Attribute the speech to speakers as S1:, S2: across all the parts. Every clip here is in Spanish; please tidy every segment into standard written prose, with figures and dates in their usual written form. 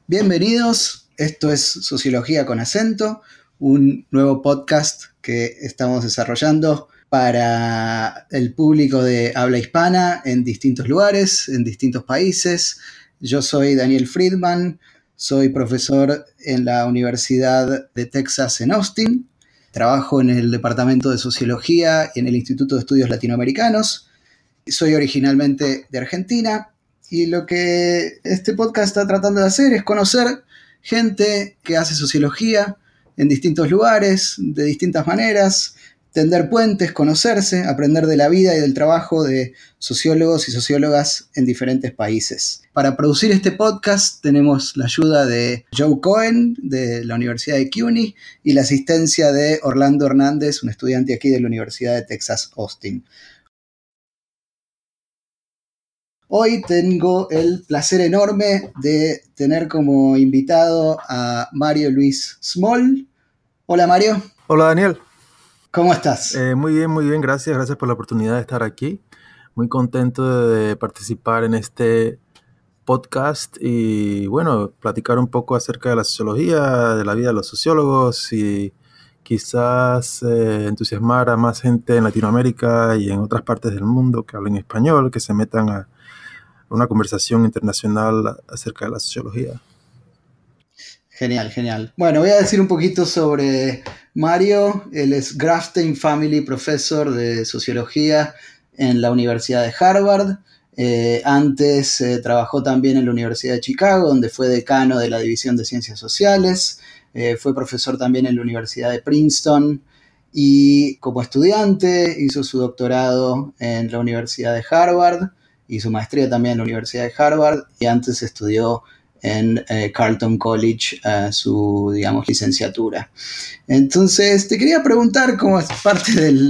S1: Bienvenidos, esto es Sociología con Acento, un nuevo podcast que estamos desarrollando para el público de habla hispana en distintos lugares, en distintos países. Yo soy Daniel Friedman, soy profesor en la Universidad de Texas en Austin, trabajo en el Departamento de Sociología y en el Instituto de Estudios Latinoamericanos. Soy originalmente de Argentina y lo que este podcast está tratando de hacer es conocer gente que hace sociología en distintos lugares, de distintas maneras, tender puentes, conocerse, aprender de la vida y del trabajo de sociólogos y sociólogas en diferentes países. Para producir este podcast tenemos la ayuda de Joe Cohen de la Universidad de CUNY y la asistencia de Orlando Hernández, un estudiante aquí de la Universidad de Texas Austin. Hoy tengo el placer enorme de tener como invitado a Mario Luis Small. Hola Mario.
S2: Hola Daniel.
S1: ¿Cómo estás?
S2: Muy bien, gracias por la oportunidad de estar aquí. Muy contento de participar en este podcast y bueno, platicar un poco acerca de la sociología, de la vida de los sociólogos y quizás entusiasmar a más gente en Latinoamérica y en otras partes del mundo que hablen español, que se metan a una conversación internacional acerca de la sociología.
S1: Genial, genial. Bueno, voy a decir un poquito sobre Mario. Él es Grafton Family Professor de Sociología en la Universidad de Harvard. Antes trabajó también en la Universidad de Chicago, donde fue decano de la División de Ciencias Sociales. Fue profesor también en la Universidad de Princeton. Y como estudiante hizo su doctorado en la Universidad de Harvard y su maestría también en la Universidad de Harvard. Y antes estudió en Carleton College su, digamos, licenciatura. Entonces, te quería preguntar, como es parte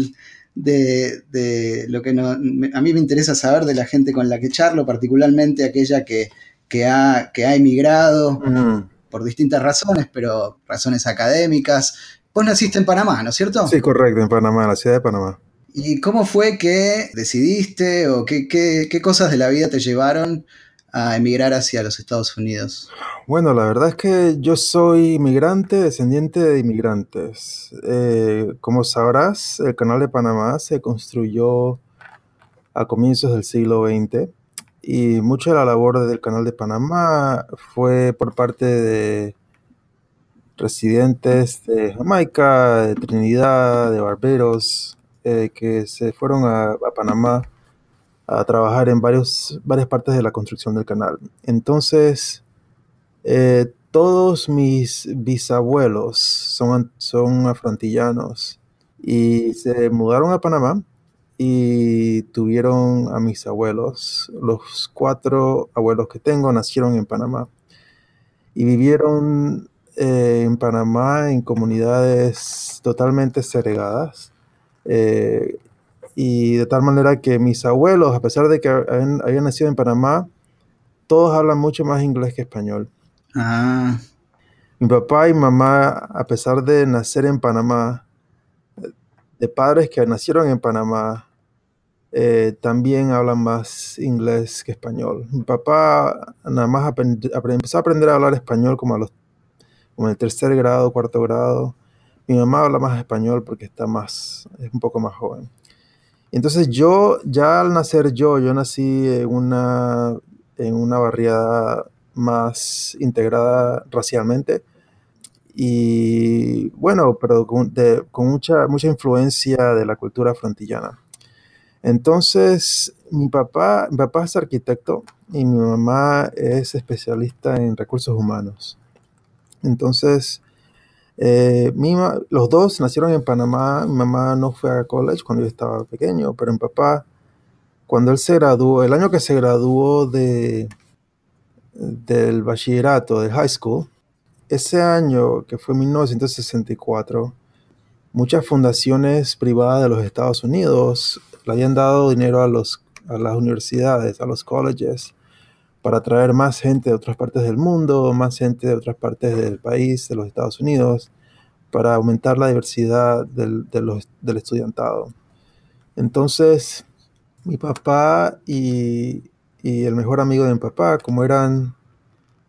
S1: de lo que a mí me interesa saber de la gente con la que charlo, particularmente aquella que ha emigrado por distintas razones, pero razones académicas. Vos naciste en Panamá, ¿no es cierto?
S2: Sí, correcto, en Panamá, en la ciudad de Panamá.
S1: ¿Y cómo fue que decidiste o qué cosas de la vida te llevaron a emigrar hacia los Estados Unidos?
S2: Bueno, la verdad es que yo soy inmigrante, descendiente de inmigrantes. Como sabrás, el Canal de Panamá se construyó a comienzos del siglo XX y mucha de la labor del Canal de Panamá fue por parte de residentes de Jamaica, de Trinidad, de Barbados, que se fueron a Panamá a trabajar en varias partes de la construcción del canal. Entonces, todos mis bisabuelos son afrontillanos y se mudaron a Panamá y tuvieron a mis abuelos. Los 4 abuelos que tengo nacieron en Panamá y vivieron en Panamá en comunidades totalmente segregadas. Eh, y de tal manera que mis abuelos, a pesar de que habían nacido en Panamá, todos hablan mucho más inglés que español.
S1: Ah,
S2: Mi papá y mamá, a pesar de nacer en Panamá, de padres que nacieron en Panamá, también hablan más inglés que español. Mi papá nada más empezó a aprender a hablar español como en el 3er grado, 4.º grado. Mi mamá habla más español porque es un poco más joven. Entonces ya al nacer yo nací en una barriada más integrada racialmente y bueno, pero con mucha influencia de la cultura frontillana. Entonces, mi papá es arquitecto y mi mamá es especialista en recursos humanos. Entonces, los dos nacieron en Panamá. Mi mamá no fue a college cuando yo estaba pequeño, pero mi papá, cuando él se graduó, el año que se graduó del bachillerato, del high school, ese año, que fue 1964, muchas fundaciones privadas de los Estados Unidos le habían dado dinero a las universidades, a los colleges, para traer más gente de otras partes del mundo, más gente de otras partes del país, de los Estados Unidos, para aumentar la diversidad del estudiantado. Entonces, mi papá y el mejor amigo de mi papá, como eran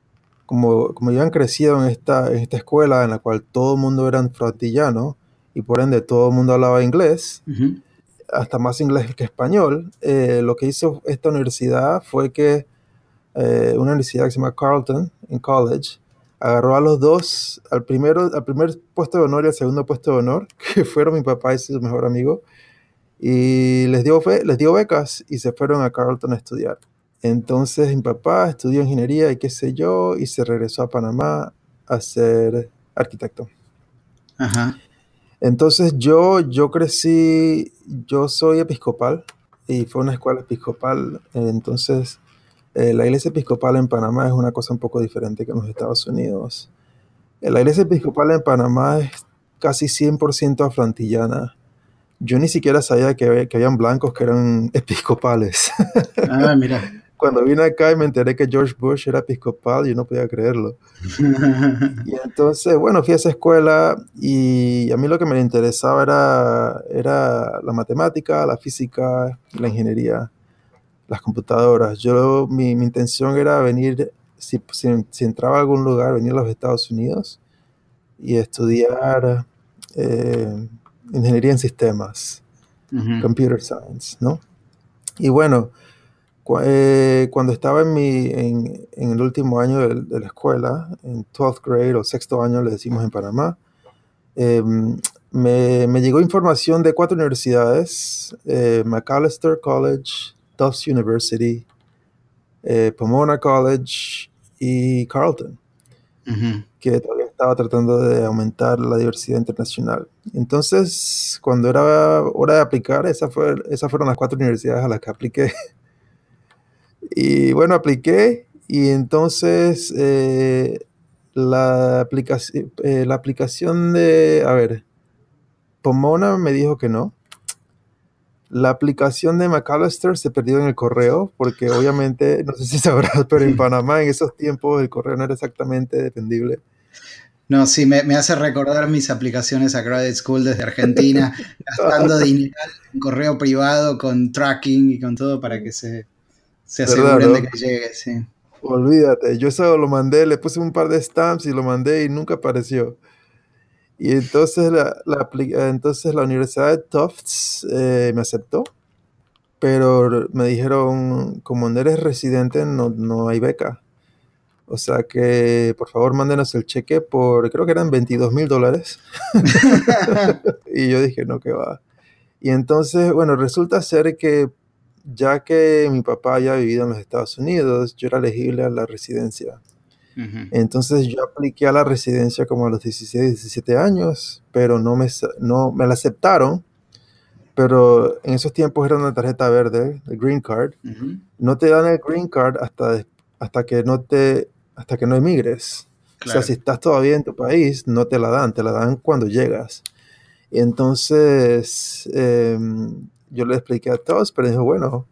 S2: como yo han crecido en esta escuela en la cual todo el mundo era frantillano y por ende todo el mundo hablaba inglés,
S1: Ujú.
S2: hasta más inglés que español, lo que hizo esta universidad fue que una universidad que se llama Carleton en College agarró a los dos, al primer puesto de honor y al segundo puesto de honor, que fueron mi papá y su mejor amigo, y les dio becas y se fueron a Carleton a estudiar. Entonces mi papá estudió ingeniería y qué sé yo, y se regresó a Panamá a ser arquitecto.
S1: Ajá.
S2: Entonces yo crecí, yo soy episcopal y fue una escuela episcopal, entonces la iglesia episcopal en Panamá es una cosa un poco diferente que en los Estados Unidos. La iglesia episcopal en Panamá es casi 100% afroantillana. Yo ni siquiera sabía que habían blancos que eran episcopales.
S1: Ah, mira.
S2: Cuando vine acá y me enteré que George Bush era episcopal, yo no podía creerlo. Y entonces, bueno, fui a esa escuela y a mí lo que me interesaba era la matemática, la física, la ingeniería, las computadoras. Mi intención era venir, si entraba a algún lugar, venir a los Estados Unidos y estudiar ingeniería en sistemas,
S1: Ujú.
S2: computer science, ¿no? Y bueno, cuando estaba en el último año de la escuela, en 12th grade o sexto año, le decimos en Panamá, eh, me llegó información de 4 universidades, Macalester College, Tufts University, Pomona College y Carleton,
S1: Ujú.
S2: que todavía estaba tratando de aumentar la diversidad internacional. Entonces, cuando era hora de aplicar, esas fueron las 4 universidades a las que apliqué. Y bueno, apliqué y entonces la aplicación a ver, Pomona me dijo que no. La aplicación de Macalester se perdió en el correo porque obviamente, no sé si sabrás, pero en Panamá en esos tiempos el correo no era exactamente dependible.
S1: No, sí, me hace recordar mis aplicaciones a Credit School desde Argentina, gastando dinero en correo privado con tracking y con todo para que se
S2: ¿Verdad,
S1: aseguren de
S2: no?
S1: que llegue, sí.
S2: Olvídate, yo eso lo mandé, le puse un par de stamps y lo mandé y nunca apareció. Y entonces entonces la Universidad de Tufts me aceptó, pero me dijeron, como no eres residente, no hay beca. O sea que, por favor, mándenos el cheque creo que eran $22,000. Y yo dije, no, que va. Y entonces, bueno, resulta ser que ya que mi papá ya vivido en los Estados Unidos, yo era elegible a la residencia.
S1: Ujú.
S2: Entonces yo apliqué a la residencia como a los 16, 17 años, pero no me la aceptaron, pero en esos tiempos era una tarjeta verde, el green card.
S1: Ujú.
S2: No te dan el green card hasta hasta que no emigres. O sea,
S1: Claro.
S2: si estás todavía en tu país, no te la dan cuando llegas. Y entonces yo le expliqué a todos, pero dijo, bueno,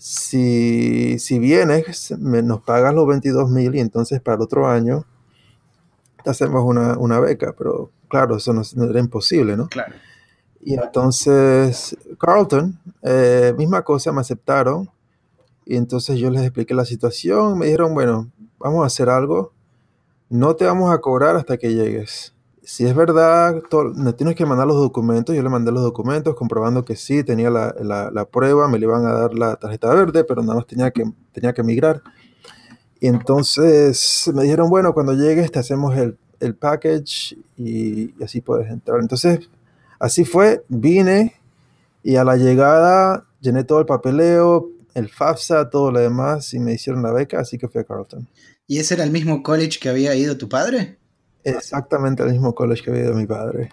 S2: si vienes, nos pagas los 22,000 y entonces para el otro año te hacemos una beca, pero claro, eso no era imposible, ¿no?
S1: Claro.
S2: Y entonces Carlton, misma cosa, me aceptaron y entonces yo les expliqué la situación, me dijeron, bueno, vamos a hacer algo, no te vamos a cobrar hasta que llegues. Si es verdad, me tienes que mandar los documentos. Yo le mandé los documentos comprobando que sí, tenía la prueba, me le iban a dar la tarjeta verde, pero nada más tenía que migrar. Y entonces me dijeron, bueno, cuando llegues te hacemos el package y así puedes entrar. Entonces, así fue, vine y a la llegada llené todo el papeleo, el FAFSA, todo lo demás y me hicieron la beca, así que fui a Carleton.
S1: ¿Y ese era el mismo college que había ido tu padre?
S2: Exactamente el mismo college que había ido mi padre.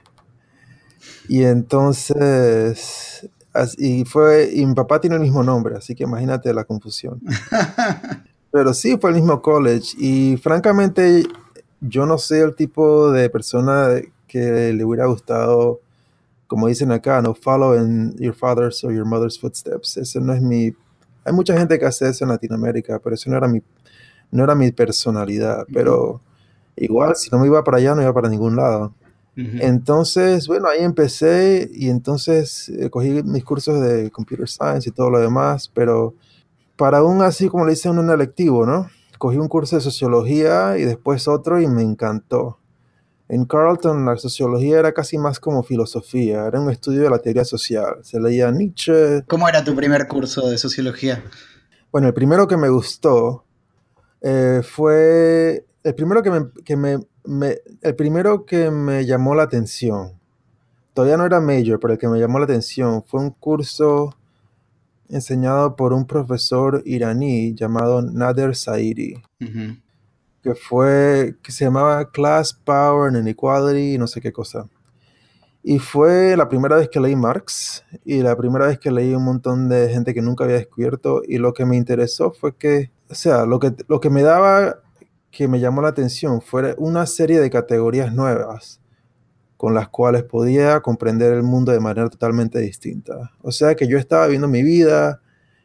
S2: Y entonces, y mi papá tiene el mismo nombre, así que imagínate la confusión. Pero sí, fue el mismo college y francamente yo no soy el tipo de persona que le hubiera gustado, como dicen acá, no follow in your father's or your mother's footsteps. Eso no es mi... Hay mucha gente que hace eso en Latinoamérica, pero eso no era mi personalidad.
S1: Ujú.
S2: Pero igual, si no me iba para allá, no iba para ningún lado.
S1: Ujú.
S2: Entonces, bueno, ahí empecé y entonces cogí mis cursos de computer science y todo lo demás, pero para un así como le dicen un electivo, ¿no? escogí un curso de sociología y después otro y me encantó. En Carleton la sociología era casi más como filosofía, era un estudio de la teoría social. Se leía Nietzsche.
S1: ¿Cómo era tu primer curso de sociología?
S2: Bueno, el primero que me gustó fue el primero el primero que me llamó la atención. Todavía no era major, pero el que me llamó la atención fue un curso enseñado por un profesor iraní llamado Nader Saidi,
S1: Uh-huh.
S2: que se llamaba Class, Power and Inequality, no sé qué cosa. Y fue la primera vez que leí Marx y la primera vez que leí un montón de gente que nunca había descubierto, y lo que me interesó fue que, o sea, lo que me daba, que me llamó la atención, fue una serie de categorías nuevas con las cuales podía comprender el mundo de manera totalmente distinta. O sea que yo estaba viendo mi vida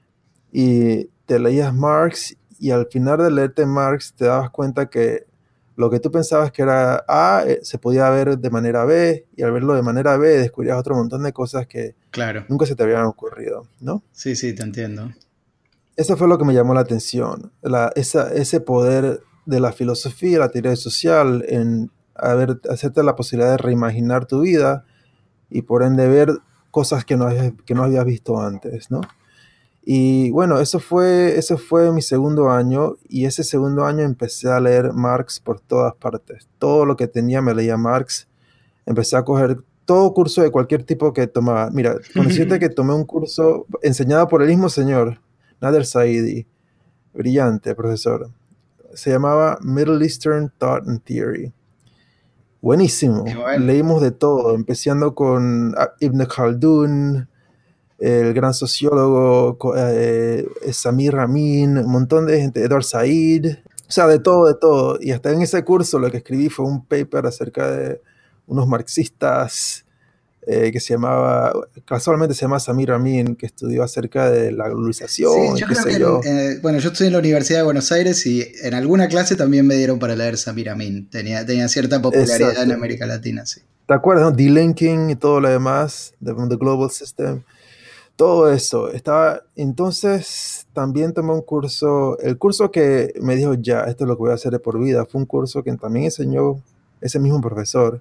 S2: y te leías Marx y al final de leerte Marx te dabas cuenta que lo que tú pensabas que era A se podía ver de manera B, y al verlo de manera B descubrías otro montón de cosas que
S1: Claro.
S2: nunca se te habían ocurrido, ¿no?
S1: Sí, te entiendo.
S2: Eso fue lo que me llamó la atención, ese poder de la filosofía, la teoría social, en hacerte la posibilidad de reimaginar tu vida y por ende ver cosas que no habías visto antes, ¿no? Y bueno, eso fue mi segundo año, y ese segundo año empecé a leer Marx por todas partes. Todo lo que tenía me leía Marx. Empecé a coger todo curso de cualquier tipo que tomaba. Mira, con decirte que tomé un curso enseñado por el mismo señor, Nader Saidi, brillante profesor. Se llamaba Middle Eastern Thought and Theory. Buenísimo.
S1: Bueno.
S2: Leímos de todo, empezando con Ibn Khaldun, el gran sociólogo Samir Ramin, un montón de gente, Edward Said, o sea, de todo, de todo. Y hasta en ese curso lo que escribí fue un paper acerca de unos marxistas que casualmente se llama Samir Ramin, que estudió acerca de la
S1: Sí,
S2: globalización y
S1: yo
S2: qué
S1: creo
S2: sé
S1: que,
S2: yo.
S1: bueno, yo estoy en la Universidad de Buenos Aires y en alguna clase también me dieron para leer Samir Amin. Tenía cierta popularidad en
S2: Exacto.
S1: América Latina, sí.
S2: ¿Te acuerdas, no? Delinking y todo lo demás, the Global System. Todo eso. Entonces, también tomé un curso, el curso que me dijo, ya, esto es lo que voy a hacer de por vida, fue un curso que también enseñó ese mismo profesor,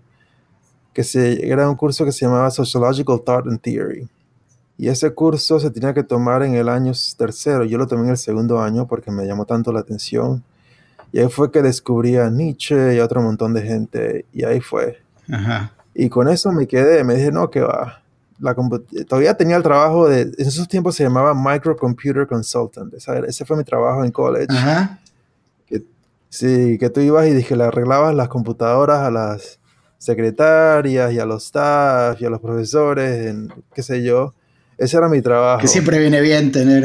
S2: era un curso que se llamaba Sociological Thought and Theory. Y ese curso se tenía que tomar en el año tercero. Yo lo tomé en el segundo año porque me llamó tanto la atención. Y ahí fue que descubrí a Nietzsche y a otro montón de gente. Y ahí fue.
S1: Ajá.
S2: Y con eso me quedé. Me dije, no, que va. Todavía tenía el trabajo en esos tiempos se llamaba Microcomputer Consultant. Ese fue mi trabajo en college.
S1: Ajá.
S2: Sí, que tú ibas y dije, le arreglabas las computadoras a las secretarias y a los staff y a los profesores, qué sé yo. Ese era mi
S1: Que
S2: trabajo.
S1: siempre viene bien tener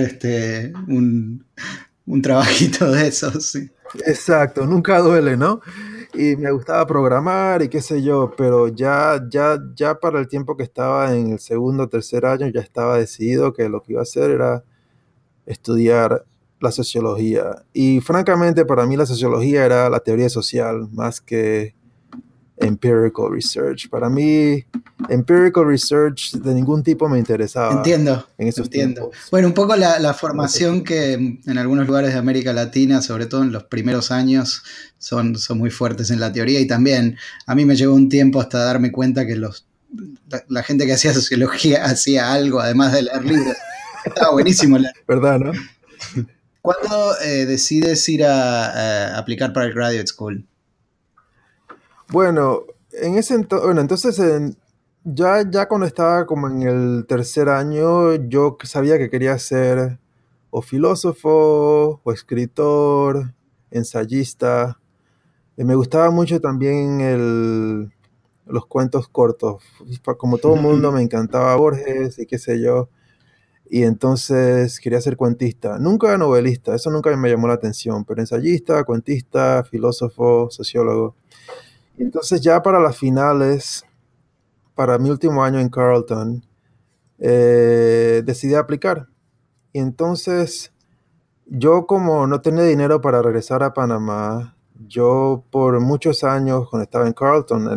S1: un trabajito de esos, sí.
S2: Exacto, nunca duele, ¿no? Y me gustaba programar y qué sé yo, pero ya para el tiempo que estaba en el segundo o tercer año ya estaba decidido que lo que iba a hacer era estudiar la sociología. Y francamente para mí la sociología era la teoría social más que empirical research. Para mí empirical research de ningún tipo me interesaba
S1: Entiendo.
S2: en esos tiempos.
S1: Bueno, un poco la formación que en algunos lugares de América Latina, sobre todo en los primeros años, son muy fuertes en la teoría, y también a mí me llevó un tiempo hasta darme cuenta que la gente que hacía sociología hacía algo además de leer libros. Estaba buenísimo.
S2: ¿Verdad, no?
S1: ¿Cuándo decides ir a aplicar para el Graduate School?
S2: Bueno, entonces ya cuando estaba como en el tercer año, yo sabía que quería ser o filósofo o escritor, ensayista. Y me gustaba mucho también los cuentos cortos. Como todo el mundo me encantaba Borges y qué sé yo. Y entonces quería ser cuentista. Nunca novelista, eso nunca me llamó la atención, pero ensayista, cuentista, filósofo, sociólogo. Y entonces ya para las finales, para mi último año en Carleton, decidí aplicar. Y entonces yo, como no tenía dinero para regresar a Panamá, yo por muchos años cuando estaba en Carleton,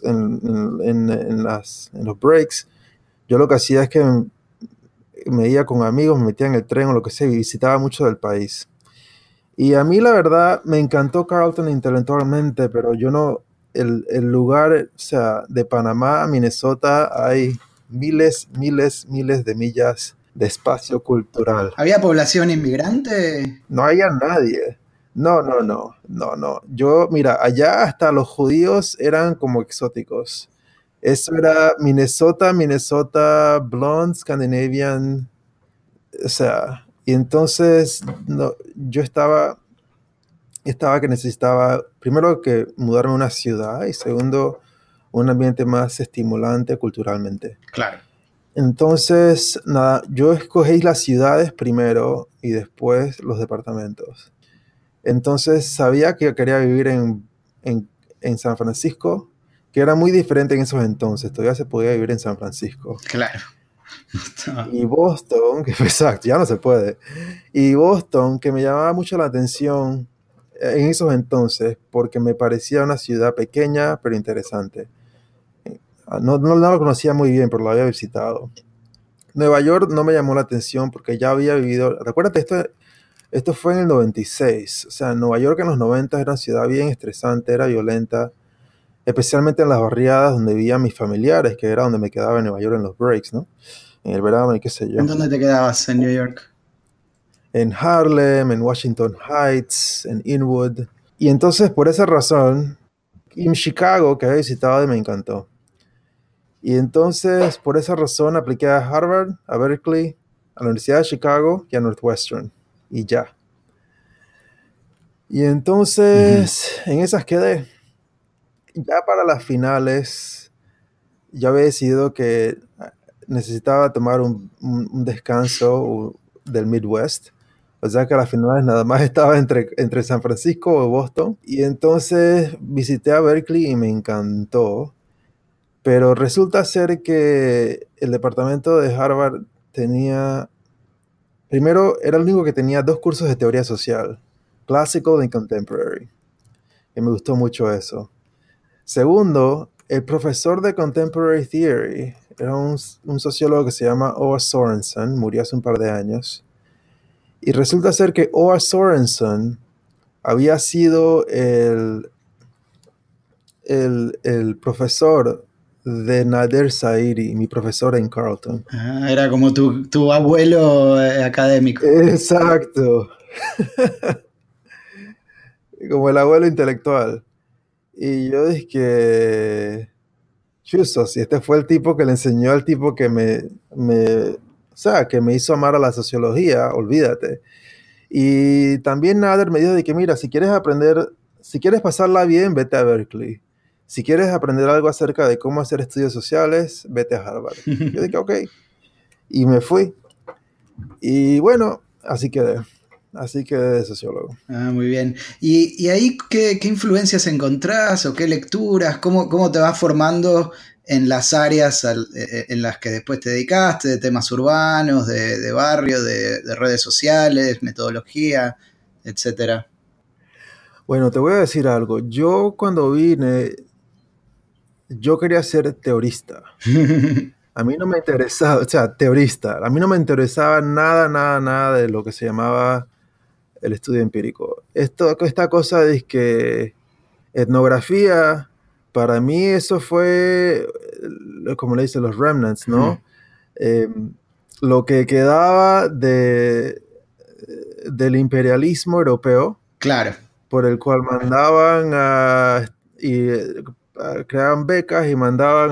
S2: en los breaks, yo lo que hacía es que me iba con amigos, me metía en el tren o lo que sea y visitaba mucho del país. Y a mí la verdad me encantó Carlton intelectualmente, pero yo no, el lugar, o sea, de Panamá a Minnesota hay miles de millas de espacio cultural.
S1: ¿Había población inmigrante?
S2: No había nadie. No. Yo, mira, allá hasta los judíos eran como exóticos. Eso era Minnesota Blonde, Scandinavian, o sea, y entonces no, yo estaba que necesitaba, primero, que mudarme a una ciudad y segundo, un ambiente más estimulante culturalmente.
S1: Claro.
S2: Entonces, nada, yo escogí las ciudades primero y después los departamentos. Entonces sabía que quería vivir en San Francisco, que era muy diferente en esos entonces, todavía se podía vivir en San Francisco.
S1: Claro.
S2: Y Boston, que exacto, ya no se puede. Y Boston, que me llamaba mucho la atención en esos entonces, porque me parecía una ciudad pequeña, pero interesante. No lo conocía muy bien, pero lo había visitado. Nueva York no me llamó la atención porque ya había vivido. Recuérdate, esto fue en el 96. O sea, Nueva York en los 90 era una ciudad bien estresante, era violenta, especialmente en las barriadas donde vivían mis familiares, que era donde me quedaba en Nueva York en los breaks, ¿no? En el verano y qué sé yo.
S1: ¿En dónde te quedabas en New York?
S2: En Harlem, en Washington Heights, en Inwood. Y entonces, por esa razón, en Chicago, que había visitado, me encantó. Y entonces, por esa razón, apliqué a Harvard, a Berkeley, a la Universidad de Chicago y a Northwestern. Y ya. Y entonces, en esas quedé. Ya para las finales, ya había decidido que necesitaba tomar un descanso del Midwest. O sea que a las finales nada más estaba entre San Francisco o Boston. Y entonces visité a Berkeley y me encantó. Pero resulta ser que el departamento de Harvard tenía, primero, era el único que tenía 2 cursos de teoría social, Classical y Contemporary. Y me gustó mucho eso. Segundo, el profesor de Contemporary Theory era un sociólogo que se llama O.R. Sorensen, murió hace un par de años. Y resulta ser que O.R. Sorensen había sido el profesor de Nader Sairi, mi profesor en Carleton.
S1: Ah, era como tu abuelo académico.
S2: Exacto. Como el abuelo intelectual. Y yo dije, chuzo, si este fue el tipo que le enseñó al tipo que o sea, que me hizo amar a la sociología, olvídate. Y también Nader me dijo de que, mira, si quieres pasarla bien, vete a Berkeley. Si quieres aprender algo acerca de cómo hacer estudios sociales, vete a Harvard. Yo dije, ok. Y me fui. Y bueno, así quedé de sociólogo.
S1: Ah, muy bien. ¿Y ahí qué influencias encontrás o qué lecturas? ¿Cómo te vas formando en las áreas en las que después te dedicaste, de temas urbanos, de barrio, de redes sociales, metodología, etcétera?
S2: Bueno, te voy a decir algo. Yo cuando vine, yo quería ser teorista. A mí no me interesaba, o sea, teorista. A mí no me interesaba nada de lo que se llamaba el estudio empírico. Esta cosa de que etnografía, para mí eso fue, como le dicen, los remnants, ¿no? Lo que quedaba del imperialismo europeo.
S1: Claro.
S2: Por el cual mandaban creaban becas y mandaban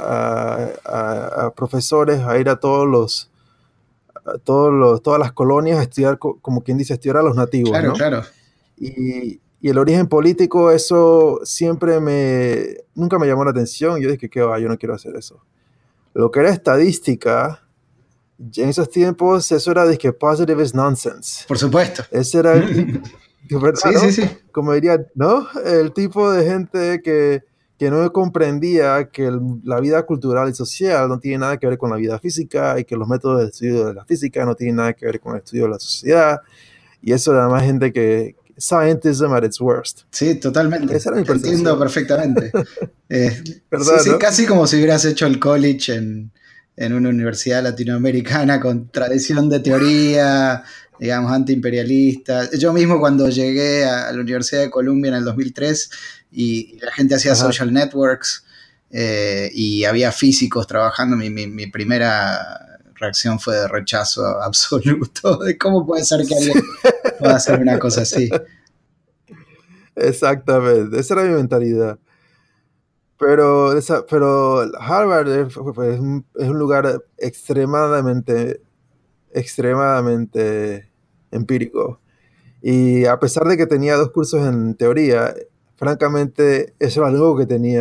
S2: a profesores a ir a todas las colonias a estudiar, como quien dice, estudiar a los nativos,
S1: Claro,
S2: ¿no?
S1: claro.
S2: Y el origen político, eso nunca me llamó la atención. Yo dije, ¿qué va? Yo no quiero hacer eso. Lo que era estadística, en esos tiempos, eso era de que positive is nonsense.
S1: Por supuesto.
S2: Ese era el tipo, ¿verdad,
S1: sí,
S2: no?
S1: sí.
S2: Como diría, ¿no? El tipo de gente que no comprendía que la vida cultural y social no tiene nada que ver con la vida física y que los métodos de estudio de la física no tienen nada que ver con el estudio de la sociedad. Y eso era más gente que scientism at its worst.
S1: Sí, totalmente.
S2: Esa era mi
S1: Te entiendo perfectamente.
S2: ¿Verdad,
S1: sí,
S2: no?
S1: casi como si hubieras hecho el college en una universidad latinoamericana con tradición de teoría, digamos, antiimperialista. Yo mismo cuando llegué a la Universidad de Columbia en el 2003 y la gente hacía
S2: Ajá.
S1: social networks y había físicos trabajando, mi primera reacción fue de rechazo absoluto de cómo puede ser que alguien pueda hacer una cosa así.
S2: Exactamente, esa era mi mentalidad. Pero Harvard es un lugar extremadamente empírico. Y a pesar de que tenía 2 cursos en teoría, francamente, eso era algo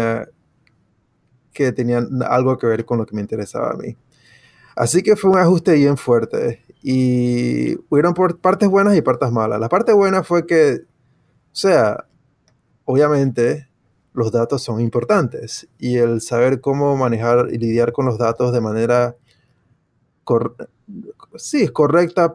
S2: que tenía algo que ver con lo que me interesaba a mí. Así que fue un ajuste bien fuerte. Y hubieron partes buenas y partes malas. La parte buena fue que, o sea, obviamente los datos son importantes y el saber cómo manejar y lidiar con los datos de manera cor sí, es correcta,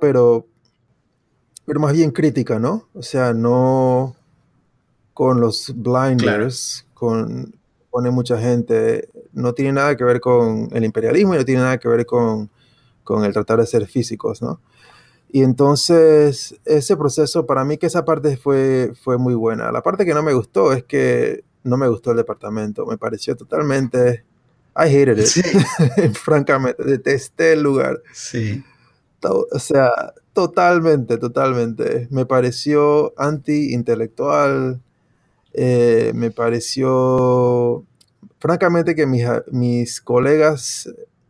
S2: pero más bien crítica, ¿no? O sea, no con los
S1: Claro.
S2: blinders, pone mucha gente, no tiene nada que ver con el imperialismo y no tiene nada que ver con el tratar de ser físicos, ¿no? Y entonces ese proceso, para mí que esa parte fue muy buena. La parte que no me gustó es que no me gustó el departamento, me pareció totalmente, I hated it,
S1: Sí,
S2: francamente, detesté el lugar.
S1: sí.
S2: O sea, totalmente. Me pareció anti-intelectual, me pareció, francamente, que mis colegas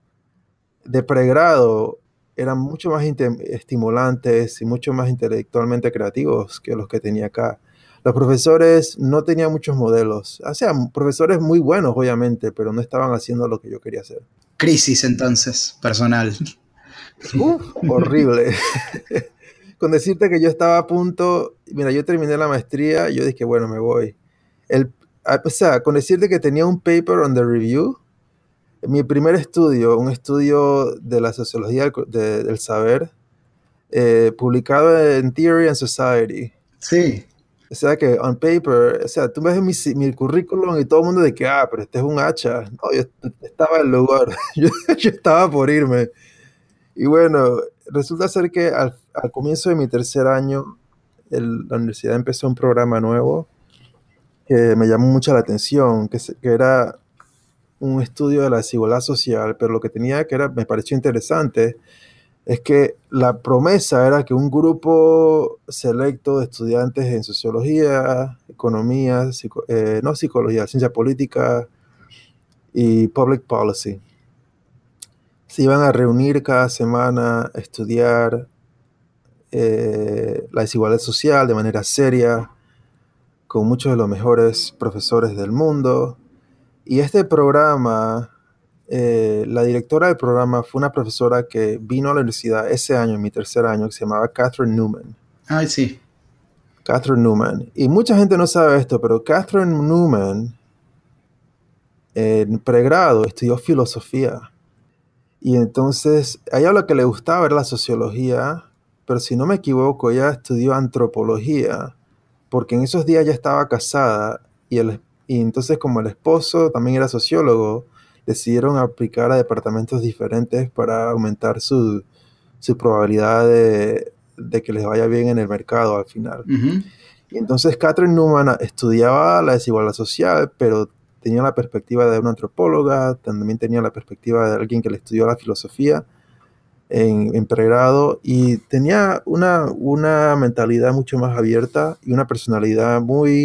S2: de pregrado eran mucho más estimulantes y mucho más intelectualmente creativos que los que tenía acá. Los profesores no tenían muchos modelos, o sea, profesores muy buenos, obviamente, pero no estaban haciendo lo que yo quería hacer.
S1: Crisis entonces, personal.
S2: Uf, horrible. Con decirte que yo estaba a punto, mira, yo terminé la maestría, yo dije, bueno, me voy. O sea, con decirte que tenía un paper on the review, mi primer estudio, un estudio de la sociología del saber, publicado en Theory and Society.
S1: Sí,
S2: O sea que on paper, o sea, tú ves mi currículum y todo el mundo de que, pero este es un hacha. No, yo estaba en el lugar, yo estaba por irme. Y bueno, resulta ser que al comienzo de mi tercer año, la universidad empezó un programa nuevo que me llamó mucho la atención, que era un estudio de la desigualdad social, pero lo que tenía me pareció interesante, es que la promesa era que un grupo selecto de estudiantes en sociología, economía, no psicología, ciencia política y public policy, se iban a reunir cada semana a estudiar la desigualdad social de manera seria, con muchos de los mejores profesores del mundo. Y este programa, la directora del programa fue una profesora que vino a la universidad ese año, en mi tercer año, que se llamaba Catherine Newman.
S1: ay, sí.
S2: Catherine Newman. Y mucha gente no sabe esto, pero Catherine Newman en pregrado estudió filosofía. Y entonces a ella lo que le gustaba era la sociología, pero si no me equivoco, ella estudió antropología, porque en esos días ya estaba casada y entonces como el esposo también era sociólogo, decidieron aplicar a departamentos diferentes para aumentar su probabilidad de que les vaya bien en el mercado al final.
S1: Ujú.
S2: Y entonces Catherine Newman estudiaba la desigualdad social, pero tenía la perspectiva de una antropóloga, también tenía la perspectiva de alguien que le estudió la filosofía en pregrado y tenía una mentalidad mucho más abierta y una personalidad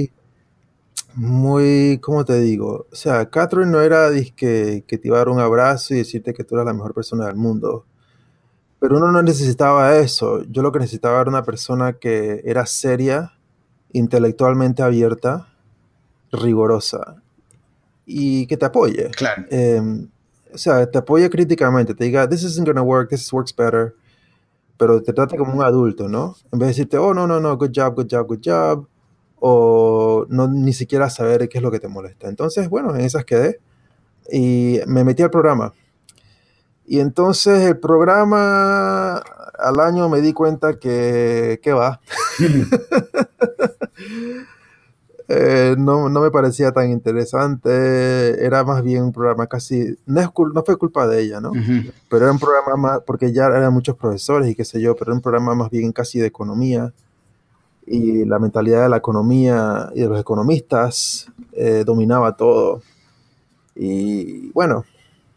S2: muy, ¿cómo te digo? O sea, Catherine no era que te iba a dar un abrazo y decirte que tú eras la mejor persona del mundo. Pero uno no necesitaba eso. Yo lo que necesitaba era una persona que era seria, intelectualmente abierta, rigurosa y que te apoye.
S1: Claro.
S2: O sea, te apoye críticamente, te diga, this isn't gonna work, this works better, pero te trata como un adulto, ¿no? En vez de decirte, oh, no, no, no, good job, o no ni siquiera saber qué es lo que te molesta. Entonces, bueno, en esas quedé y me metí al programa. Y entonces el programa al año me di cuenta que va. No me parecía tan interesante. Era más bien un programa casi... No fue culpa de ella, ¿no?
S1: Ujú.
S2: Pero era un programa más... Porque ya eran muchos profesores y qué sé yo, pero era un programa más bien casi de economía. Y la mentalidad de la economía y de los economistas dominaba todo. Y bueno,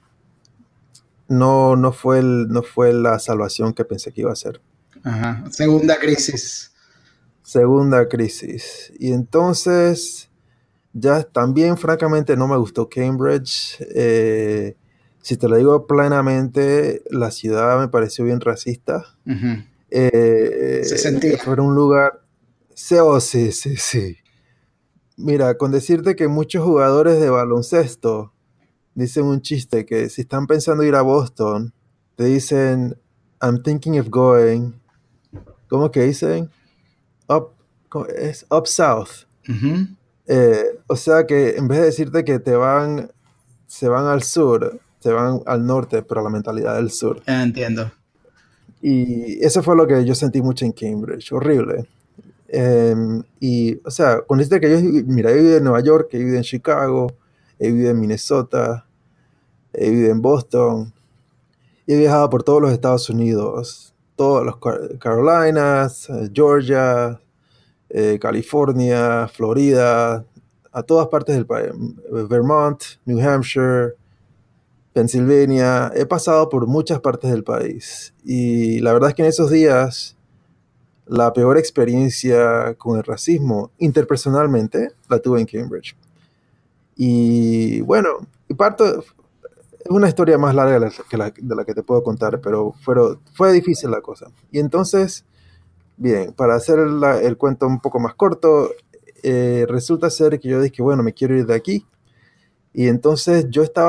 S2: no fue la salvación que pensé que iba a ser.
S1: Ajá. Segunda crisis.
S2: Segunda crisis. Y entonces, ya también francamente no me gustó Cambridge. Si te lo digo plenamente, la ciudad me pareció bien racista.
S1: Ujú. Se sentía.
S2: Fue un lugar... Sí, oh, sí, sí, sí. Mira, con decirte que muchos jugadores de baloncesto dicen un chiste que si están pensando ir a Boston, te dicen, I'm thinking of going. ¿Cómo que dicen? Up, es up south.
S1: Ujú.
S2: O sea que en vez de decirte que se van al sur, se van al norte, pero la mentalidad del sur.
S1: Entiendo.
S2: Y eso fue lo que yo sentí mucho en Cambridge, horrible. Y, o sea, con decirte que mira, he vivido en Nueva York, he vivido en Chicago, he vivido en Minnesota, he vivido en Boston, y he viajado por todos los Estados Unidos, todos los Carolinas, Georgia, California, Florida, a todas partes del país, Vermont, New Hampshire, Pennsylvania. He pasado por muchas partes del país y la verdad es que en esos días la peor experiencia con el racismo interpersonalmente la tuve en Cambridge. Y bueno, es una historia más larga de la que te puedo contar, pero fue difícil la cosa. Y entonces, bien, para hacer el cuento un poco más corto, resulta ser que yo dije, bueno, me quiero ir de aquí. Y entonces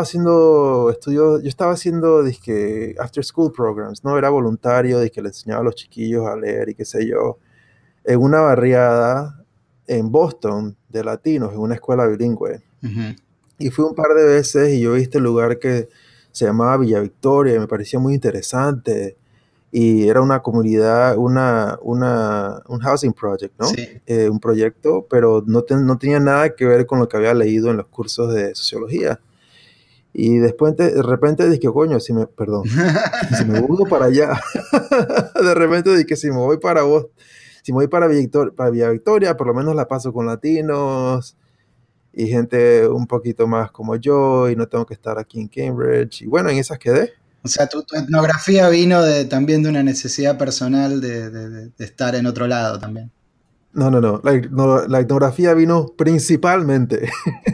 S2: yo estaba haciendo dizque, after school programs, ¿no? Era voluntario, que le enseñaba a los chiquillos a leer y qué sé yo, en una barriada en Boston de latinos, en una escuela bilingüe.
S1: Ujú.
S2: Y fui un par de veces y yo vi este lugar que se llamaba Villa Victoria y me parecía muy interesante. Y era una comunidad, un housing project, ¿no?
S1: Sí.
S2: Un proyecto, pero no tenía nada que ver con lo que había leído en los cursos de sociología. Y después de repente dije, coño, perdón, si me mudo para allá, de repente dije, si me voy para vos, si me voy para Villa Victoria, por lo menos la paso con latinos y gente un poquito más como yo y no tengo que estar aquí en Cambridge. Y bueno, en esas quedé.
S1: O sea, tu etnografía vino también de una necesidad personal de estar en otro lado también.
S2: No. La etnografía vino principalmente.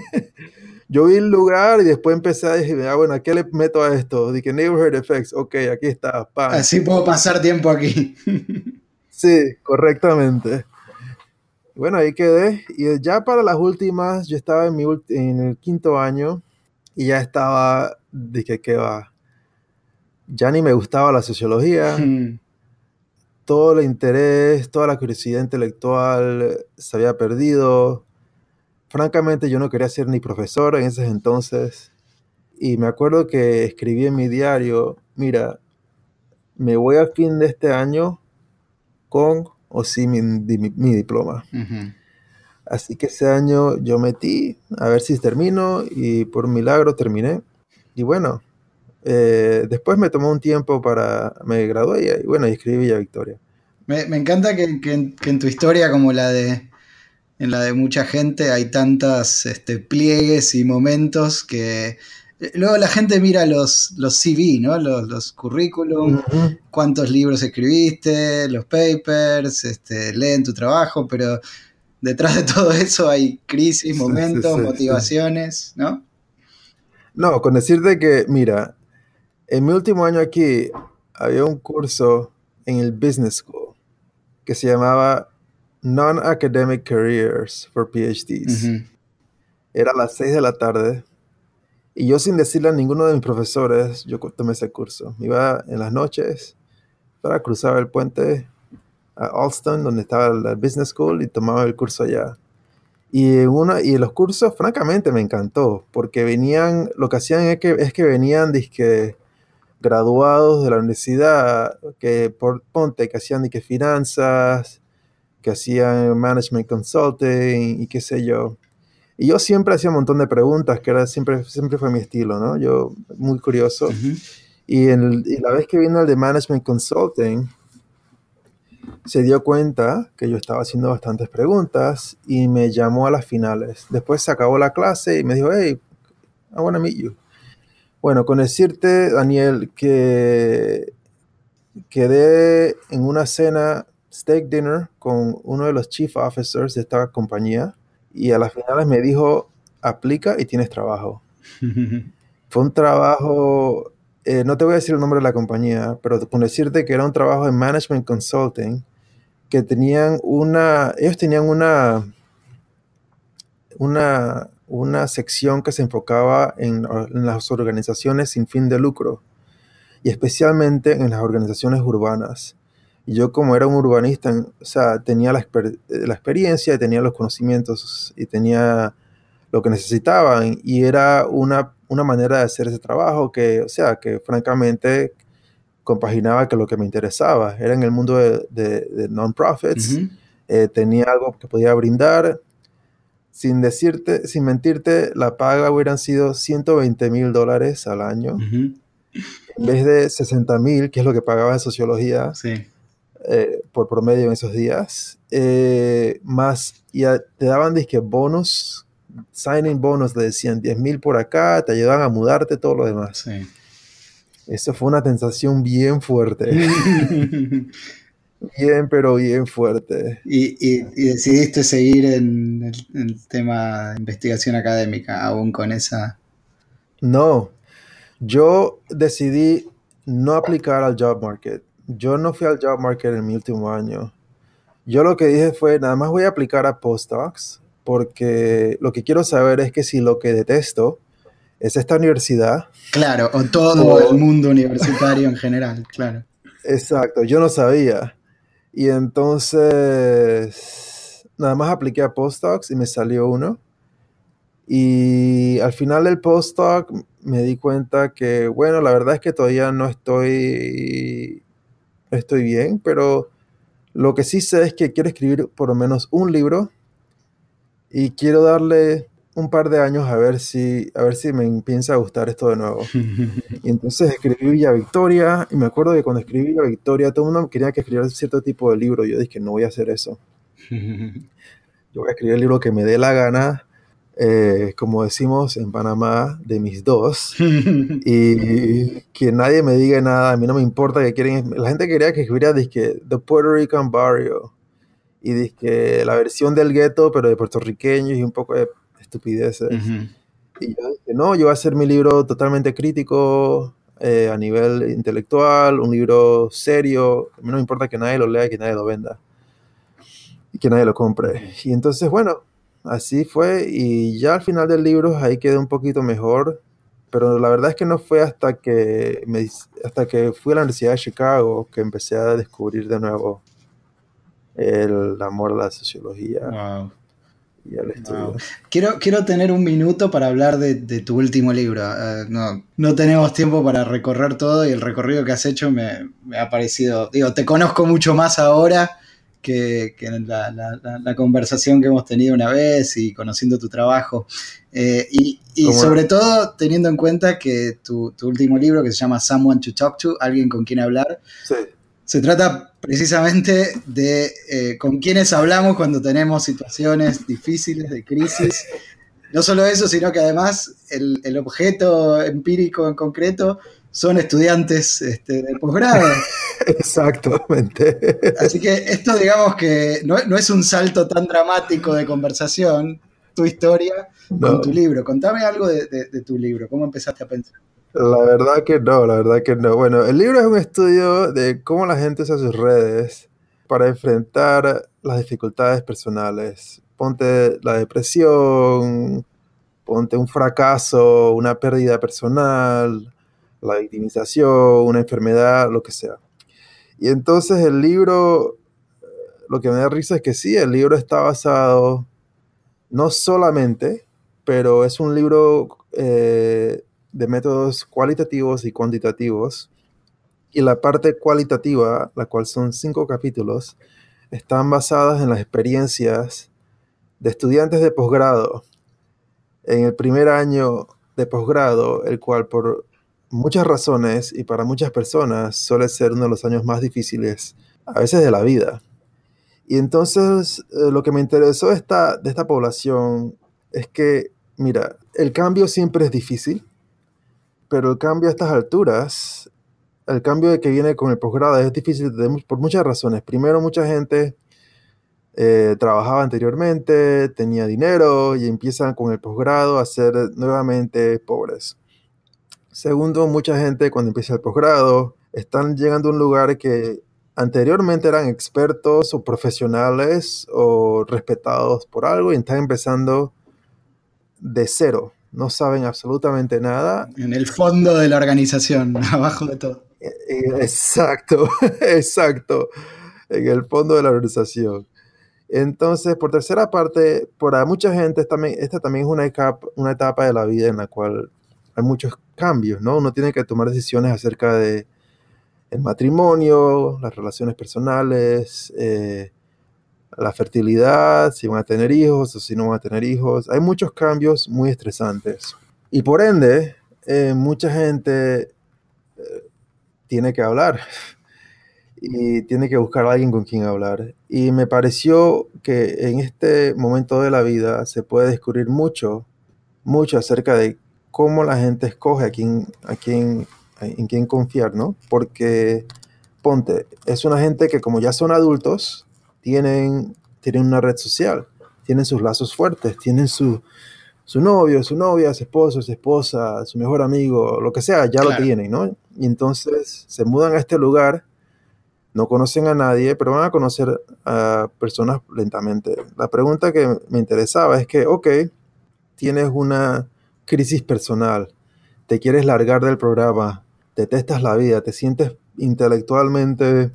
S2: Yo vi el lugar y después empecé a decir, bueno, ¿a qué le meto a esto? Dije, Neighborhood Effects, ok, aquí está, pan.
S1: Así puedo pasar tiempo aquí.
S2: Sí, correctamente. Bueno, ahí quedé. Y ya para las últimas, yo estaba en el quinto año y ya estaba, dije, ¿qué va? Ya ni me gustaba la sociología, todo el interés, toda la curiosidad intelectual se había perdido. Francamente, yo no quería ser ni profesor en ese entonces. Y me acuerdo que escribí en mi diario, mira, me voy al fin de este año con o sin mi diploma.
S1: Ujú.
S2: Así que ese año yo metí a ver si termino y por un milagro terminé. Y bueno, después me tomó un tiempo me gradué y bueno, y escribí Villa Victoria.
S1: Me encanta que en tu historia, como en la de mucha gente, hay tantas pliegues y momentos que luego la gente mira los CV, ¿no? Los currículum,
S2: Ujú.
S1: cuántos libros escribiste, los papers, leen tu trabajo, pero detrás de todo eso hay crisis,
S2: Sí, sí,
S1: momentos,
S2: sí, sí.
S1: motivaciones, ¿no?
S2: No, con decirte que, mira, en mi último año aquí había un curso en el Business School que se llamaba Non-Academic Careers for PhDs.
S1: Ujú.
S2: Era a las 6 de la tarde y yo sin decirle a ninguno de mis profesores, yo tomé ese curso. Me iba en las noches para cruzar el puente a Alston, donde estaba la Business School, y tomaba el curso allá. Y los cursos, francamente, me encantó, porque lo que hacían es que venían, dizque, graduados de la universidad, ponte, que hacían, dizque, finanzas, que hacían management consulting y qué sé yo. Y yo siempre hacía un montón de preguntas, que siempre fue mi estilo, ¿no? Yo, muy curioso.
S1: Ujú.
S2: Y la vez que vino el de management consulting, se dio cuenta que yo estaba haciendo bastantes preguntas y me llamó a las finales. Después se acabó la clase y me dijo, hey, I want to meet you. Bueno, con decirte, Daniel, que quedé en una cena, steak dinner, con uno de los chief officers de esta compañía y a las finales me dijo, aplica y tienes trabajo. Fue un trabajo, no te voy a decir el nombre de la compañía, pero con decirte que era un trabajo en management consulting, que ellos tenían una sección que se enfocaba en las organizaciones sin fin de lucro y especialmente en las organizaciones urbanas. Y yo, como era un urbanista, o sea, tenía la experiencia, tenía los conocimientos y tenía lo que necesitaban y era una manera de hacer ese trabajo que, o sea, que francamente compaginaba con lo que me interesaba. Era en el mundo de non-profits,
S1: Ujú,
S2: tenía algo que podía brindar. Sin mentirte, la paga hubieran sido $120,000 al año,
S1: ujú.
S2: en vez de 60,000, que es lo que pagaba en sociología
S1: Sí.
S2: por promedio en esos días. Más, ya te daban disque bonus, signing bonus, le decían 10,000 por acá, te ayudaban a mudarte, todo lo demás.
S1: Sí.
S2: Eso fue una sensación bien fuerte, bien, pero bien fuerte.
S1: Y decidiste seguir en el tema de investigación académica, aún con esa...
S2: No, yo decidí no aplicar al job market. Yo no fui al job market en mi último año. Yo lo que dije fue, nada más voy a aplicar a postdocs, porque lo que quiero saber es que si lo que detesto es esta universidad,
S1: Claro, o todo el
S2: o...
S1: mundo universitario en general, claro.
S2: Exacto, yo no sabía. Y entonces, nada más apliqué a postdocs y me salió uno. Y al final del postdoc me di cuenta que, bueno, la verdad es que todavía no estoy bien, pero lo que sí sé es que quiero escribir por lo menos un libro y quiero darle un par de años a ver si me empieza a gustar esto de nuevo. Y entonces escribí Villa Victoria y me acuerdo que cuando escribí Villa Victoria todo el mundo quería que escribiera cierto tipo de libro. Yo dije, no voy a hacer eso. Yo voy a escribir el libro que me dé la gana, como decimos en Panamá, de mis dos. Y que nadie me diga nada, a mí no me importa que quieren. La gente quería que escribiera dizque The Puerto Rican Barrio y dizque la versión del gueto, pero de puertorriqueños y un poco de estupideces.
S1: Ujú.
S2: Y yo dije, no, yo voy a hacer mi libro totalmente crítico, a nivel intelectual, un libro serio. A mí no me importa que nadie lo lea y que nadie lo venda y que nadie lo compre. Y entonces, bueno, así fue y ya al final del libro ahí quedé un poquito mejor, pero la verdad es que no fue hasta que fui a la Universidad de Chicago que empecé a descubrir de nuevo el amor a la sociología
S1: Wow.
S2: y al
S1: Wow.
S2: estudio.
S1: Quiero tener un minuto para hablar de tu último libro. No tenemos tiempo para recorrer todo y el recorrido que has hecho me ha parecido, digo, te conozco mucho más ahora que en la conversación que hemos tenido una vez y conociendo tu trabajo. Y
S2: Como,
S1: sobre todo teniendo en cuenta que tu último libro, que se llama Someone to Talk to, alguien con quien hablar,
S2: sí,
S1: se trata precisamente de con quienes hablamos cuando tenemos situaciones difíciles, de crisis. No solo eso, sino que además el objeto empírico en concreto son estudiantes de posgrado.
S2: exactamente.
S1: Así que esto, digamos que no es un salto tan dramático de conversación, tu historia con tu
S2: No,
S1: libro. Contame algo de tu libro, ¿cómo empezaste a pensar?
S2: la verdad que no, la verdad que no. Bueno, el libro es un estudio de cómo la gente usa sus redes para enfrentar las dificultades personales. Ponte la depresión, ponte un fracaso, una pérdida personal, la victimización, una enfermedad, lo que sea. Y entonces el libro, lo que me da risa es que sí, el libro está basado no solamente, pero es un libro de métodos cualitativos y cuantitativos. Y la parte cualitativa, la cual son 5 capítulos, están basadas en las experiencias de estudiantes de posgrado en el primer año de posgrado, el cual por muchas razones y para muchas personas suele ser uno de los años más difíciles a veces de la vida. Y entonces lo que me interesó de esta población es que, mira, el cambio siempre es difícil, pero el cambio a estas alturas, el cambio de que viene con el posgrado es difícil por muchas razones. Primero, mucha gente trabajaba anteriormente, tenía dinero y empiezan con el posgrado a ser nuevamente pobres. Segundo, mucha gente cuando empieza el posgrado están llegando a un lugar que anteriormente eran expertos o profesionales o respetados por algo y están empezando de cero. No saben absolutamente nada.
S1: En el fondo de la organización, abajo de todo.
S2: Exacto, exacto. En el fondo de la organización. Entonces, por tercera parte, para mucha gente esta también es una etapa de la vida en la cual hay muchos cambios, ¿no? Uno tiene que tomar decisiones acerca de el matrimonio, las relaciones personales, la fertilidad, si van a tener hijos o si no van a tener hijos. Hay muchos cambios muy estresantes. Y por ende, mucha gente tiene que hablar y tiene que buscar a alguien con quien hablar. Y me pareció que en este momento de la vida se puede descubrir mucho, mucho acerca de cómo la gente escoge en quién confiar, ¿no? Porque, ponte, es una gente que como ya son adultos, tienen una red social, tienen sus lazos fuertes, tienen su novio, su novia, su esposo, su esposa, su mejor amigo, lo que sea, ya lo tienen, ¿no? Y entonces se mudan a este lugar, no conocen a nadie, pero van a conocer a personas lentamente. La pregunta que me interesaba es que, ok, tienes una crisis personal, te quieres largar del programa, detestas la vida, te sientes intelectualmente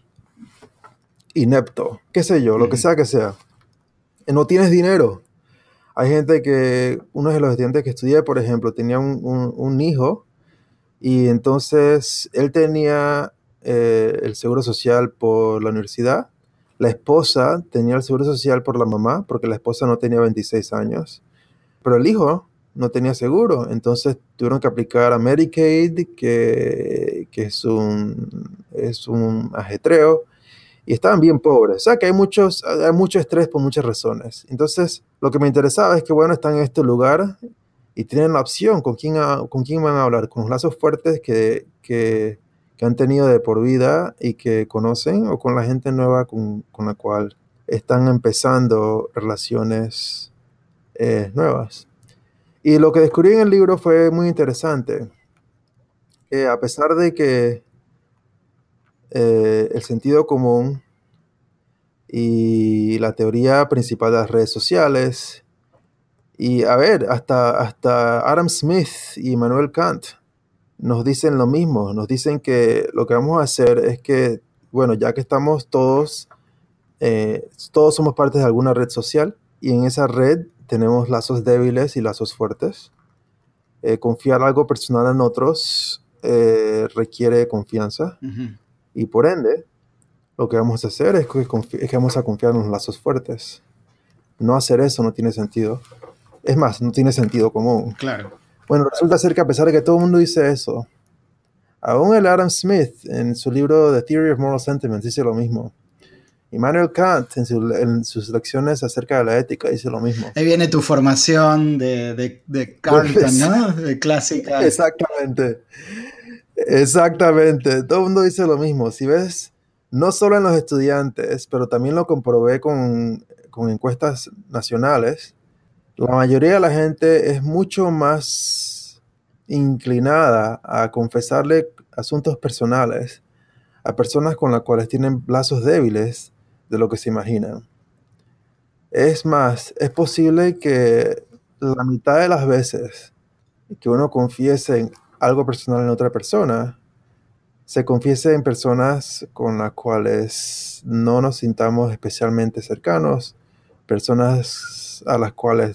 S2: inepto, qué sé yo, lo que sea que sea. No tienes dinero. Hay gente uno de los estudiantes que estudié, por ejemplo, tenía un hijo y entonces él tenía el seguro social por la universidad. La esposa tenía el seguro social por la mamá, porque la esposa no tenía 26 años. Pero el hijo no tenía seguro, entonces tuvieron que aplicar a Medicaid, que es un ajetreo, y estaban bien pobres. O sea que hay mucho estrés por muchas razones. Entonces, lo que me interesaba es que, bueno, están en este lugar y tienen la opción con quién van a hablar, con los lazos fuertes que han tenido de por vida y que conocen, o con la gente nueva con la cual están empezando relaciones nuevas. Y lo que descubrí en el libro fue muy interesante, que a pesar de que el sentido común y la teoría principal de las redes sociales, y a ver, hasta Adam Smith y Immanuel Kant nos dicen lo mismo, nos dicen que lo que vamos a hacer es que, bueno, ya que estamos todos somos parte de alguna red social, y en esa red tenemos lazos débiles y lazos fuertes. Confiar algo personal en otros requiere confianza, y por ende lo que vamos a hacer es que vamos a confiar en los lazos fuertes. No hacer eso no tiene sentido. Es más, no tiene sentido común.
S1: Claro.
S2: Bueno, resulta ser que a pesar de que todo el mundo dice eso, aún el Adam Smith en su libro The Theory of Moral Sentiments dice lo mismo. Immanuel Kant en sus lecciones acerca de la ética dice lo mismo.
S1: Ahí viene tu formación de Carlton, ¿no? De clásica.
S2: Exactamente. Exactamente. Todo el mundo dice lo mismo. Si ves, no solo en los estudiantes, pero también lo comprobé con encuestas nacionales, la mayoría de la gente es mucho más inclinada a confesarle asuntos personales a personas con las cuales tienen lazos débiles de lo que se imaginan. Es más, es posible que la mitad de las veces que uno confiese en algo personal en otra persona, se confiese en personas con las cuales no nos sintamos especialmente cercanos, personas con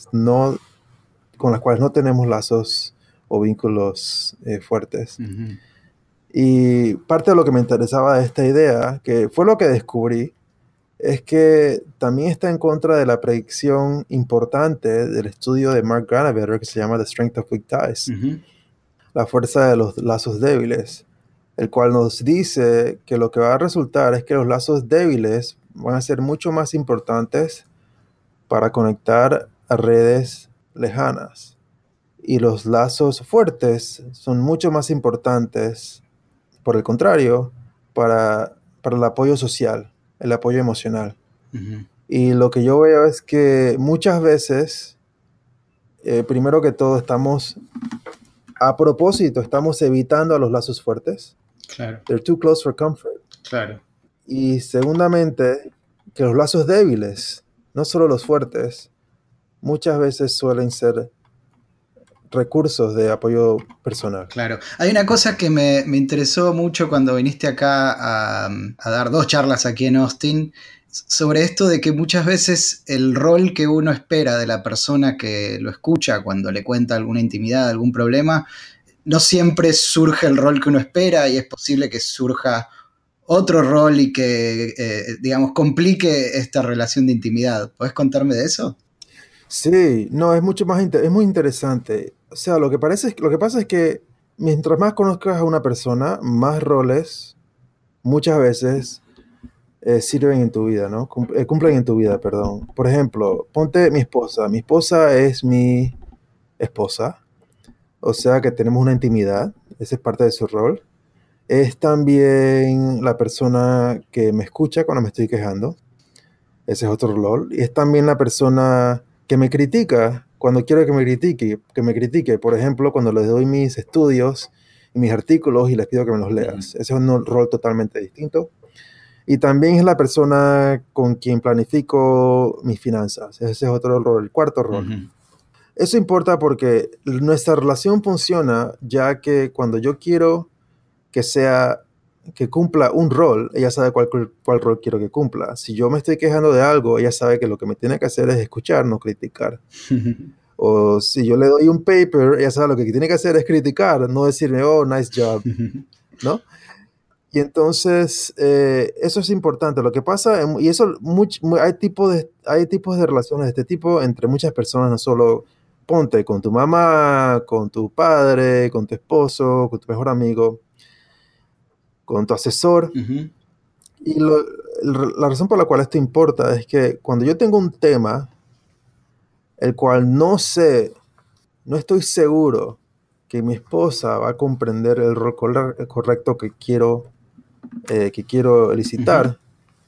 S2: las cuales no tenemos lazos o vínculos fuertes.
S1: Uh-huh.
S2: Y parte de lo que me interesaba de esta idea, que fue lo que descubrí, es que también está en contra de la predicción importante del estudio de Mark Granovetter que se llama The Strength of Weak Ties, la fuerza de los lazos débiles, el cual nos dice que lo que va a resultar es que los lazos débiles van a ser mucho más importantes para conectar a redes lejanas. Y los lazos fuertes son mucho más importantes, por el contrario, para el apoyo social, el apoyo emocional. Y lo que yo veo es que muchas veces, primero que todo, a propósito, estamos evitando a los lazos fuertes.
S1: Claro.
S2: They're too close for comfort.
S1: Claro.
S2: Y segundamente, que los lazos débiles, no solo los fuertes, muchas veces suelen ser recursos de apoyo personal.
S1: Claro. Hay una cosa que me interesó mucho cuando viniste acá a dar 2 charlas aquí en Austin, sobre esto de que muchas veces el rol que uno espera de la persona que lo escucha cuando le cuenta alguna intimidad, algún problema, no siempre surge el rol que uno espera y es posible que surja otro rol y que, digamos, complique esta relación de intimidad. ¿Podés contarme de eso?
S2: Sí, no, es mucho más es muy interesante. O sea, lo que pasa es que mientras más conozcas a una persona, más roles muchas veces sirven en tu vida, ¿no? Cumplen en tu vida, perdón. Por ejemplo, ponte mi esposa. Mi esposa es mi esposa, o sea que tenemos una intimidad, esa es parte de su rol. Es también la persona que me escucha cuando me estoy quejando, ese es otro rol. Y es también la persona que me critica cuando quiero que me critique. Por ejemplo, cuando les doy mis estudios y mis artículos y les pido que me los leas. Ese es un rol totalmente distinto. Y también es la persona con quien planifico mis finanzas. Ese es otro rol, el cuarto rol. Eso importa porque nuestra relación funciona ya que cuando yo quiero que cumpla un rol, ella sabe cuál rol quiero que cumpla. Si yo me estoy quejando de algo, ella sabe que lo que me tiene que hacer es escuchar, no criticar. O si yo le doy un paper, ella sabe lo que tiene que hacer es criticar, no decirme, oh, nice job, ¿no? Y entonces, eso es importante. Lo que pasa, y eso, hay tipos de relaciones de este tipo entre muchas personas, no solo ponte con tu mamá, con tu padre, con tu esposo, con tu mejor amigo, con tu asesor. Y la razón por la cual esto importa es que cuando yo tengo un tema, el cual no estoy seguro que mi esposa va a comprender el rol correcto que quiero elicitar,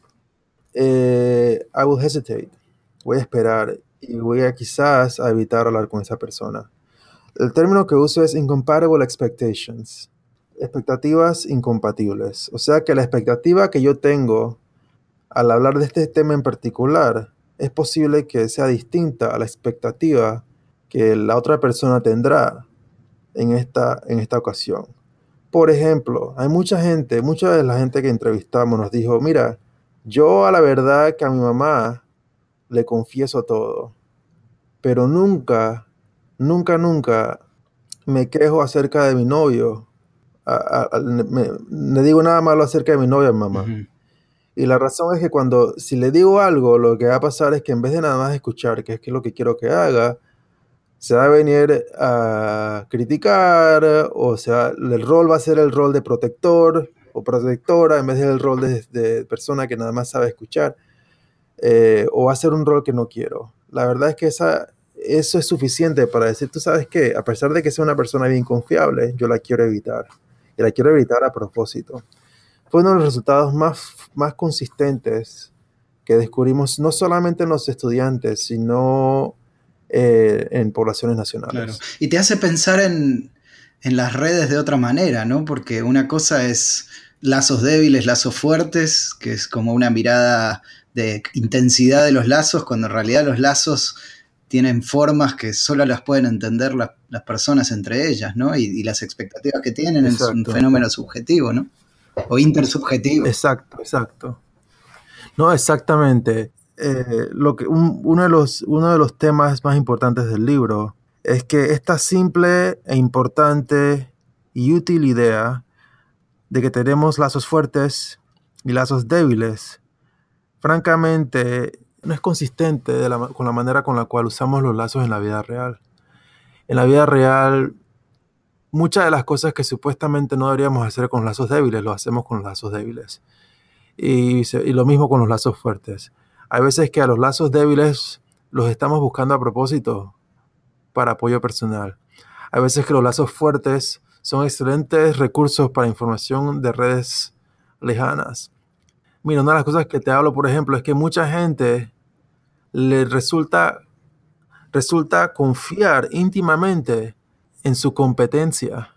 S2: I will hesitate. Voy a esperar y voy a quizás a evitar hablar con esa persona. El término que uso es incompatible expectations. Expectativas incompatibles. O sea que la expectativa que yo tengo al hablar de este tema en particular es posible que sea distinta a la expectativa que la otra persona tendrá en esta ocasión. Por ejemplo, hay mucha de la gente que entrevistamos nos dijo, mira, yo a la verdad que a mi mamá le confieso todo, pero nunca me quejo acerca de mi novio. Le digo nada malo acerca de mi novia a mi mamá. Y la razón es que si le digo algo, lo que va a pasar es que en vez de nada más escuchar qué es lo que quiero que haga, se va a venir a criticar, o sea, el rol va a ser el rol de protector o protectora en vez del rol de persona que nada más sabe escuchar, o va a ser un rol que no quiero. La verdad es que eso es suficiente para decir, tú sabes qué, a pesar de que sea una persona bien confiable, yo la quiero evitar. Y la quiero evitar a propósito. Fue uno de los resultados más consistentes que descubrimos no solamente en los estudiantes, sino en poblaciones nacionales.
S1: Claro. Y te hace pensar en las redes de otra manera, ¿no? Porque una cosa es lazos débiles, lazos fuertes, que es como una mirada de intensidad de los lazos, cuando en realidad los lazos tienen formas que solo las pueden entender las personas entre ellas, ¿no? Y las expectativas que tienen es un fenómeno subjetivo, ¿no? O intersubjetivo.
S2: Exacto. No, exactamente. Uno de los temas más importantes del libro es que esta simple e importante y útil idea de que tenemos lazos fuertes y lazos débiles francamente, no es consistente con la manera con la cual usamos los lazos en la vida real. En la vida real, muchas de las cosas que supuestamente no deberíamos hacer con lazos débiles, lo hacemos con los lazos débiles. Y lo mismo con los lazos fuertes. Hay veces que a los lazos débiles los estamos buscando a propósito para apoyo personal. Hay veces que los lazos fuertes son excelentes recursos para información de redes lejanas. Mira, una de las cosas que te hablo, por ejemplo, es que mucha gente le resulta confiar íntimamente en su competencia.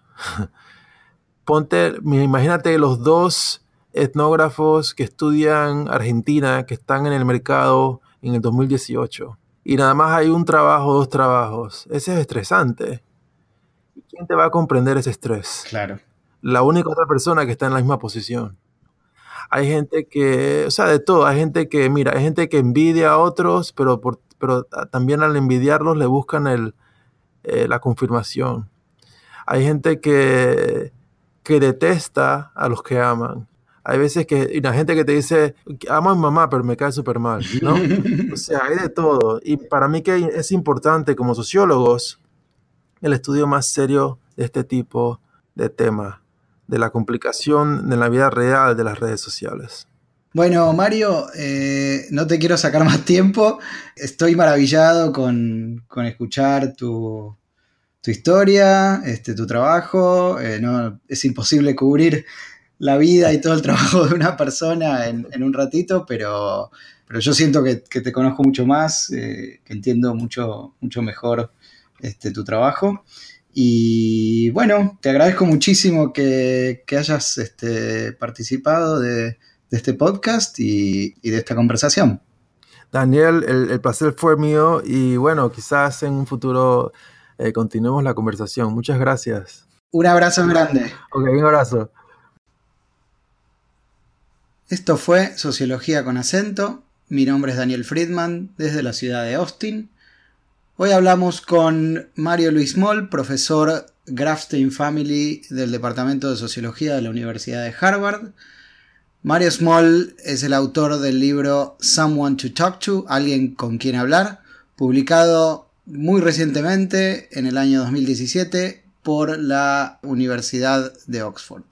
S2: Imagínate los dos etnógrafos que estudian Argentina, que están en el mercado en el 2018, y nada más hay un trabajo, dos trabajos. Ese es estresante. ¿Quién te va a comprender ese estrés?
S1: Claro.
S2: La única otra persona que está en la misma posición. Hay gente que, o sea, de todo. Hay gente que, mira, hay gente que envidia a otros, pero también al envidiarlos le buscan la confirmación. Hay gente que detesta a los que aman. Hay veces y la gente que te dice, amo a mi mamá, pero me cae súper mal, ¿no? O sea, hay de todo. Y para mí que es importante como sociólogos el estudio más serio de este tipo de temas, de la complicación de la vida real de las redes sociales.
S1: Bueno, Mario, no te quiero sacar más tiempo. Estoy maravillado con escuchar tu historia, tu trabajo. No, es imposible cubrir la vida y todo el trabajo de una persona en un ratito, pero yo siento que te conozco mucho más, que entiendo mucho mejor tu trabajo. Y bueno, te agradezco muchísimo que hayas participado de este podcast y de esta conversación.
S2: Daniel, el placer fue mío y bueno, quizás en un futuro continuemos la conversación. Muchas gracias.
S1: Un abrazo grande.
S2: Ok, un abrazo.
S1: Esto fue Sociología con Acento. Mi nombre es Daniel Friedman, desde la ciudad de Austin. Hoy hablamos con Mario Luis Moll, profesor Grafstein Family del Departamento de Sociología de la Universidad de Harvard. Mario Moll es el autor del libro Someone to Talk to, Alguien con quien hablar, publicado muy recientemente, en el año 2017, por la Universidad de Oxford.